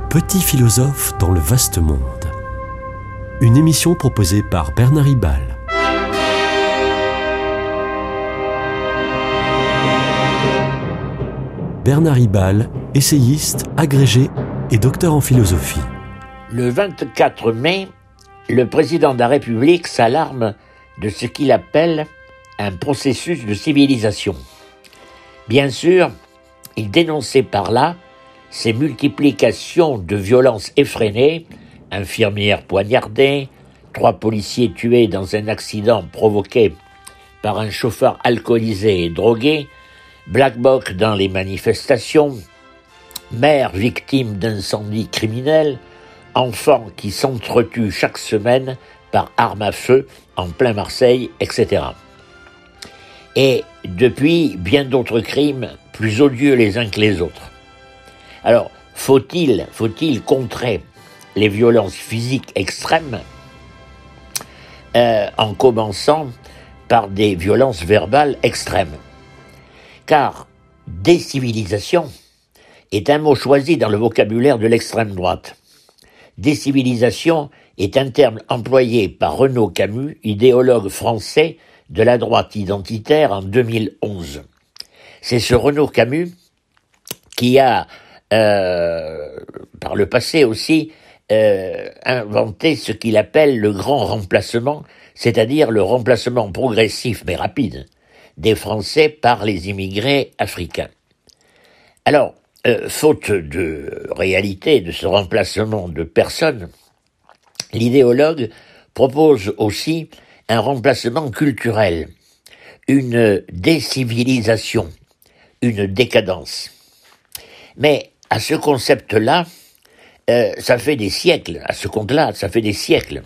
Petit philosophe dans le vaste monde. Une émission proposée par Bernard Ribal. Bernard Ribal, essayiste, agrégé et docteur en philosophie. Le 24 mai, le président de la République s'alarme de ce qu'il appelle un processus de civilisation. Bien sûr, il dénonçait par là ces multiplications de violences effrénées, infirmières poignardées, 3 policiers tués dans un accident provoqué par un chauffeur alcoolisé et drogué, Black Bloc dans les manifestations, mères victimes d'incendies criminels, enfants qui s'entretuent chaque semaine par arme à feu en plein Marseille, etc. Et depuis, bien d'autres crimes plus odieux les uns que les autres. Alors, faut-il contrer les violences physiques extrêmes en commençant par des violences verbales extrêmes? Car décivilisation est un mot choisi dans le vocabulaire de l'extrême droite. Décivilisation est un terme employé par Renaud Camus, idéologue français de la droite identitaire en 2011. C'est ce Renaud Camus qui a, par le passé aussi, inventé ce qu'il appelle le grand remplacement, c'est-à-dire le remplacement progressif mais rapide des Français par les immigrés africains. Alors, faute de réalité de ce remplacement de personnes, l'idéologue propose aussi un remplacement culturel, une décivilisation, une décadence. Mais à ce concept-là, ça fait des siècles, à ce compte-là, ça fait des siècles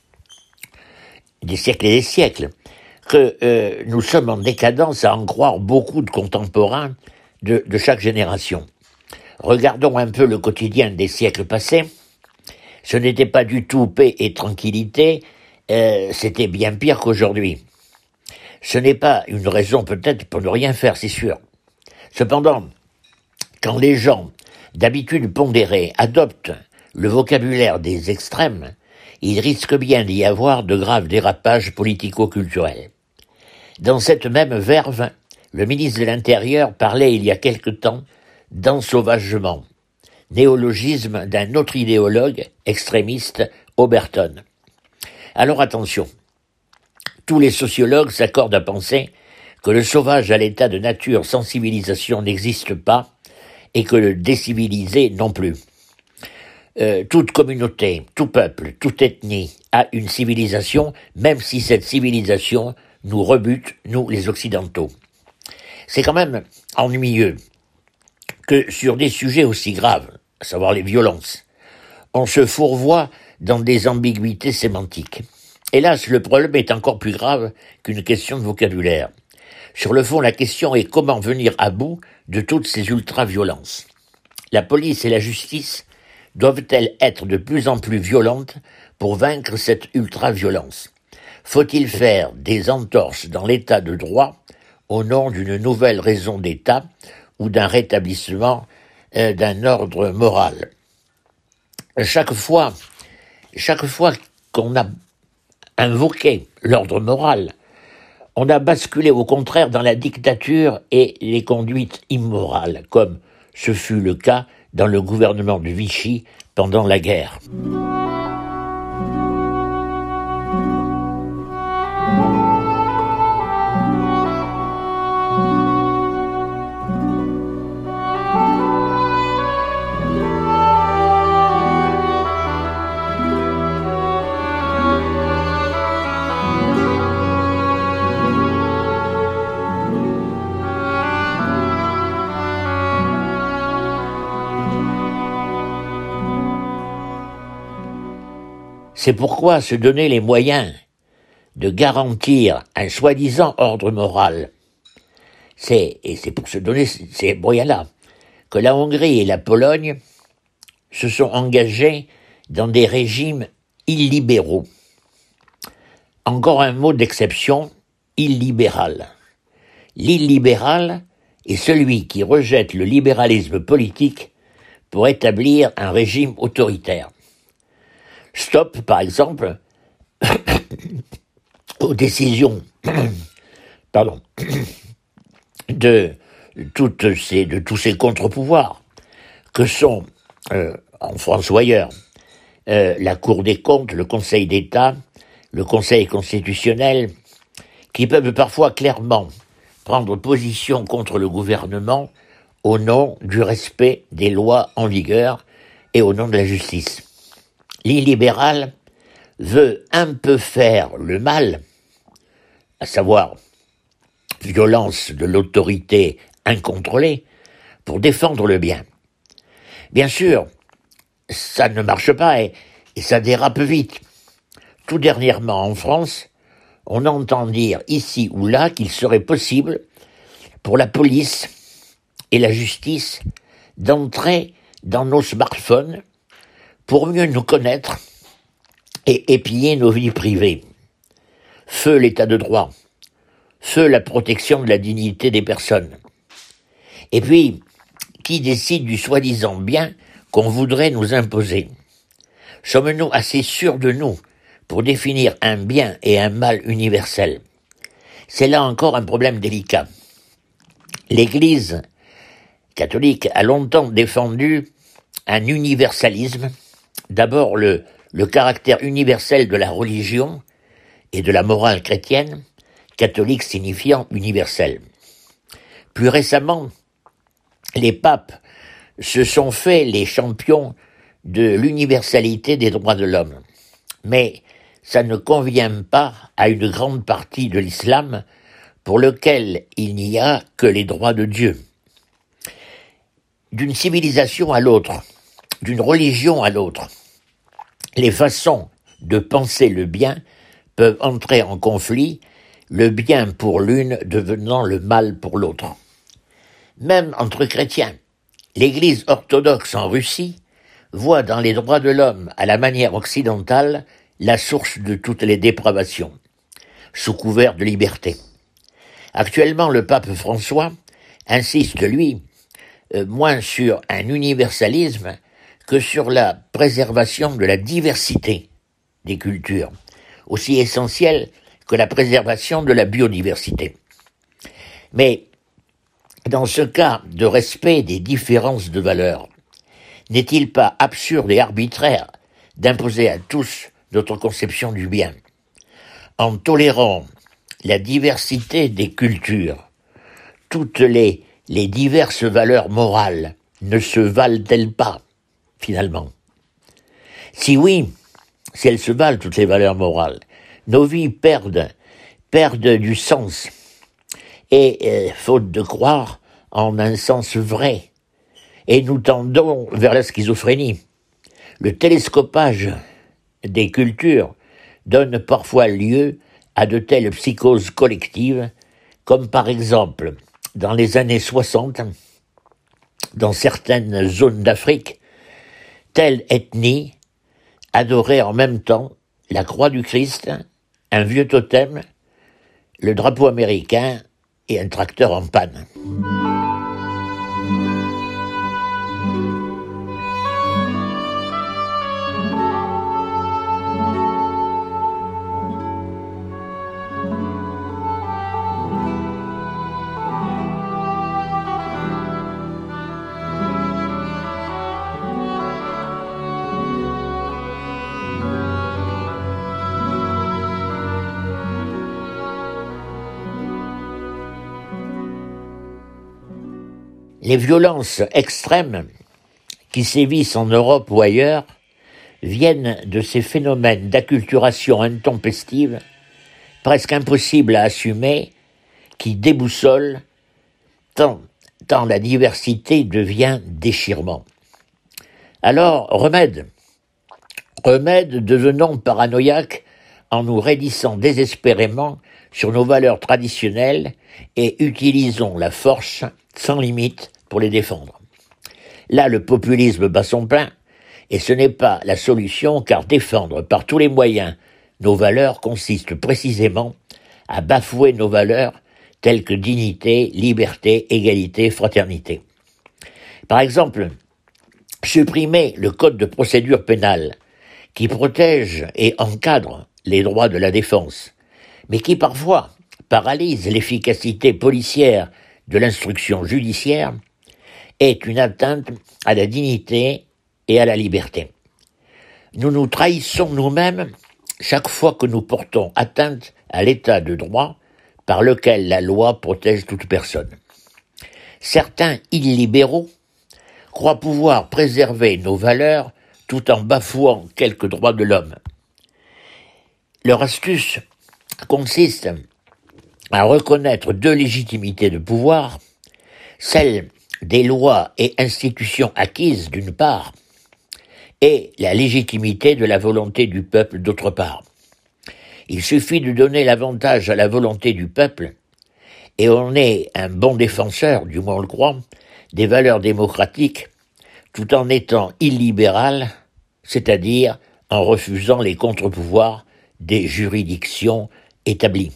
et des siècles, que nous sommes en décadence à en croire beaucoup de contemporains de chaque génération. Regardons un peu le quotidien des siècles passés. Ce n'était pas du tout paix et tranquillité, c'était bien pire qu'aujourd'hui. Ce n'est pas une raison peut-être pour ne rien faire, c'est sûr. Cependant, quand les gens, d'habitude pondérés, adoptent le vocabulaire des extrêmes, il risque bien d'y avoir de graves dérapages politico-culturels. Dans cette même verve, le ministre de l'Intérieur parlait il y a quelque temps d'ensauvagement, néologisme d'un autre idéologue extrémiste, Oberton. Alors attention, tous les sociologues s'accordent à penser que le sauvage à l'état de nature sans civilisation n'existe pas et que le décivilisé non plus. Toute communauté, tout peuple, toute ethnie a une civilisation, même si cette civilisation nous rebute, nous les Occidentaux. C'est quand même ennuyeux que sur des sujets aussi graves, à savoir les violences, on se fourvoie dans des ambiguïtés sémantiques. Hélas, le problème est encore plus grave qu'une question de vocabulaire. Sur le fond, la question est comment venir à bout de toutes ces ultra-violences. La police et la justice doivent-elles être de plus en plus violentes pour vaincre cette ultra-violence? Faut-il faire des entorses dans l'état de droit au nom d'une nouvelle raison d'État ou d'un rétablissement d'un ordre moral? Chaque fois qu'on a invoqué l'ordre moral, on a basculé au contraire dans la dictature et les conduites immorales, comme ce fut le cas dans le gouvernement de Vichy pendant la guerre. C'est pourquoi se donner les moyens de garantir un soi-disant ordre moral, c'est pour se donner ces moyens-là que la Hongrie et la Pologne se sont engagés dans des régimes illibéraux. Encore un mot d'exception, illibéral. L'illibéral est celui qui rejette le libéralisme politique pour établir un régime autoritaire. Stop, par exemple, aux décisions de tous ces contre-pouvoirs que sont, en France ou ailleurs, la Cour des comptes, le Conseil d'État, le Conseil constitutionnel, qui peuvent parfois clairement prendre position contre le gouvernement au nom du respect des lois en vigueur et au nom de la justice. L'illibéral veut un peu faire le mal, à savoir violence de l'autorité incontrôlée, pour défendre le bien. Bien sûr, ça ne marche pas et ça dérape vite. Tout dernièrement en France, on entend dire ici ou là qu'il serait possible pour la police et la justice d'entrer dans nos smartphones pour mieux nous connaître et épier nos vies privées. Feu l'état de droit, feu la protection de la dignité des personnes. Et puis, qui décide du soi-disant bien qu'on voudrait nous imposer? Sommes-nous assez sûrs de nous pour définir un bien et un mal universel? C'est là encore un problème délicat. L'Église catholique a longtemps défendu un universalisme, d'abord le caractère universel de la religion et de la morale chrétienne, catholique signifiant universel. Plus récemment, les papes se sont faits les champions de l'universalité des droits de l'homme. Mais ça ne convient pas à une grande partie de l'islam pour lequel il n'y a que les droits de Dieu. D'une civilisation à l'autre, d'une religion à l'autre, les façons de penser le bien peuvent entrer en conflit, le bien pour l'une devenant le mal pour l'autre. Même entre chrétiens, l'Église orthodoxe en Russie voit dans les droits de l'homme à la manière occidentale la source de toutes les dépravations, sous couvert de liberté. Actuellement, le pape François insiste, lui, moins sur un universalisme que sur la préservation de la diversité des cultures, aussi essentielle que la préservation de la biodiversité. Mais dans ce cas de respect des différences de valeurs, n'est-il pas absurde et arbitraire d'imposer à tous notre conception du bien? En tolérant la diversité des cultures, toutes les diverses valeurs morales ne se valent-elles pas, finalement? Si oui, si elles se valent, toutes les valeurs morales, nos vies perdent du sens, et faute de croire en un sens vrai, et nous tendons vers la schizophrénie. Le télescopage des cultures donne parfois lieu à de telles psychoses collectives, comme par exemple, dans les années 60, dans certaines zones d'Afrique, telle ethnie adorait en même temps la croix du Christ, un vieux totem, le drapeau américain et un tracteur en panne. Les violences extrêmes qui sévissent en Europe ou ailleurs viennent de ces phénomènes d'acculturation intempestive, presque impossibles à assumer, qui déboussolent tant la diversité devient déchirement. Alors, remède, devenons paranoïaques en nous raidissant désespérément sur nos valeurs traditionnelles et utilisons la force sans limite pour les défendre. Là, le populisme bat son plein, et ce n'est pas la solution, car défendre par tous les moyens nos valeurs consiste précisément à bafouer nos valeurs telles que dignité, liberté, égalité, fraternité. Par exemple, supprimer le code de procédure pénale qui protège et encadre les droits de la défense, mais qui parfois paralyse l'efficacité policière de l'instruction judiciaire, est une atteinte à la dignité et à la liberté. Nous nous trahissons nous-mêmes chaque fois que nous portons atteinte à l'état de droit par lequel la loi protège toute personne. Certains illibéraux croient pouvoir préserver nos valeurs tout en bafouant quelques droits de l'homme. Leur astuce consiste à reconnaître deux légitimités de pouvoir, celle des lois et institutions acquises d'une part, et la légitimité de la volonté du peuple d'autre part. Il suffit de donner l'avantage à la volonté du peuple, et on est un bon défenseur, du moins on le croit, des valeurs démocratiques, tout en étant illibéral, c'est-à-dire en refusant les contre-pouvoirs des juridictions établies.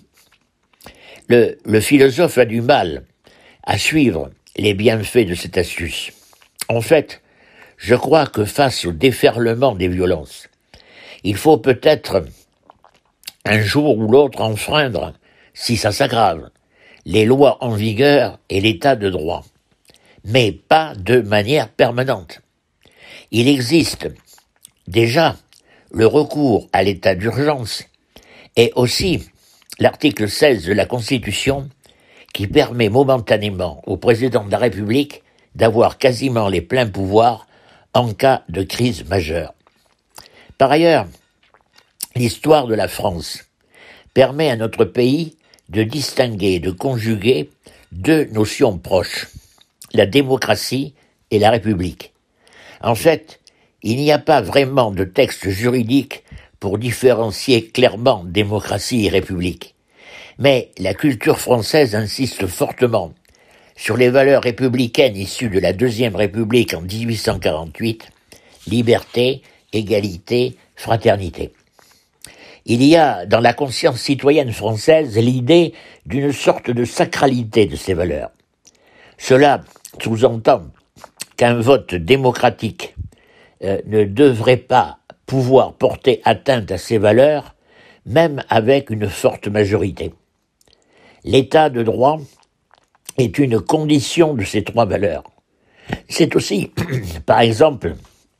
Le philosophe a du mal à suivre les bienfaits de cette astuce. En fait, je crois que face au déferlement des violences, il faut peut-être un jour ou l'autre enfreindre, si ça s'aggrave, les lois en vigueur et l'état de droit, mais pas de manière permanente. Il existe déjà le recours à l'état d'urgence et aussi l'article 16 de la Constitution qui permet momentanément au président de la République d'avoir quasiment les pleins pouvoirs en cas de crise majeure. Par ailleurs, l'histoire de la France permet à notre pays de distinguer et de conjuguer deux notions proches, la démocratie et la République. En fait, il n'y a pas vraiment de texte juridique pour différencier clairement démocratie et République. Mais la culture française insiste fortement sur les valeurs républicaines issues de la Deuxième République en 1848, liberté, égalité, fraternité. Il y a dans la conscience citoyenne française l'idée d'une sorte de sacralité de ces valeurs. Cela sous-entend qu'un vote démocratique ne devrait pas pouvoir porter atteinte à ces valeurs, même avec une forte majorité. L'état de droit est une condition de ces trois valeurs. C'est ainsi, par exemple,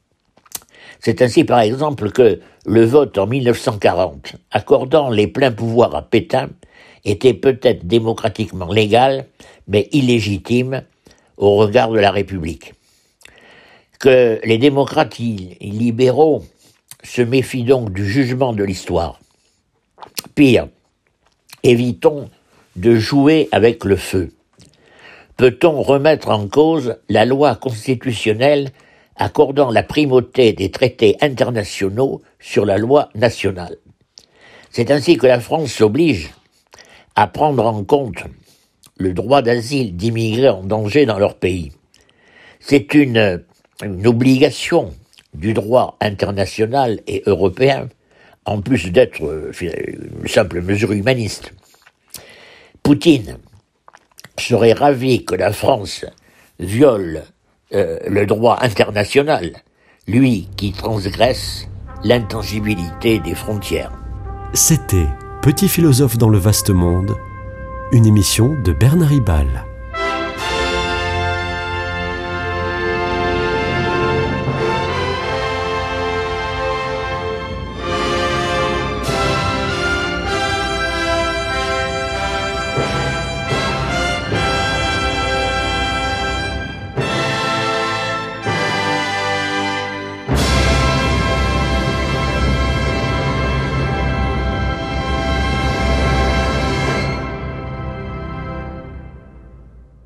que le vote en 1940, accordant les pleins pouvoirs à Pétain, était peut-être démocratiquement légal, mais illégitime au regard de la République. Que les démocrates libéraux se méfient donc du jugement de l'histoire. Pire, évitons de jouer avec le feu. Peut-on remettre en cause la loi constitutionnelle accordant la primauté des traités internationaux sur la loi nationale? C'est ainsi que la France s'oblige à prendre en compte le droit d'asile d'immigrés en danger dans leur pays. C'est une obligation du droit international et européen, en plus d'être une simple mesure humaniste. Poutine serait ravi que la France viole le droit international, lui qui transgresse l'intangibilité des frontières. C'était Petit philosophe dans le vaste monde, une émission de Bernard Ribal.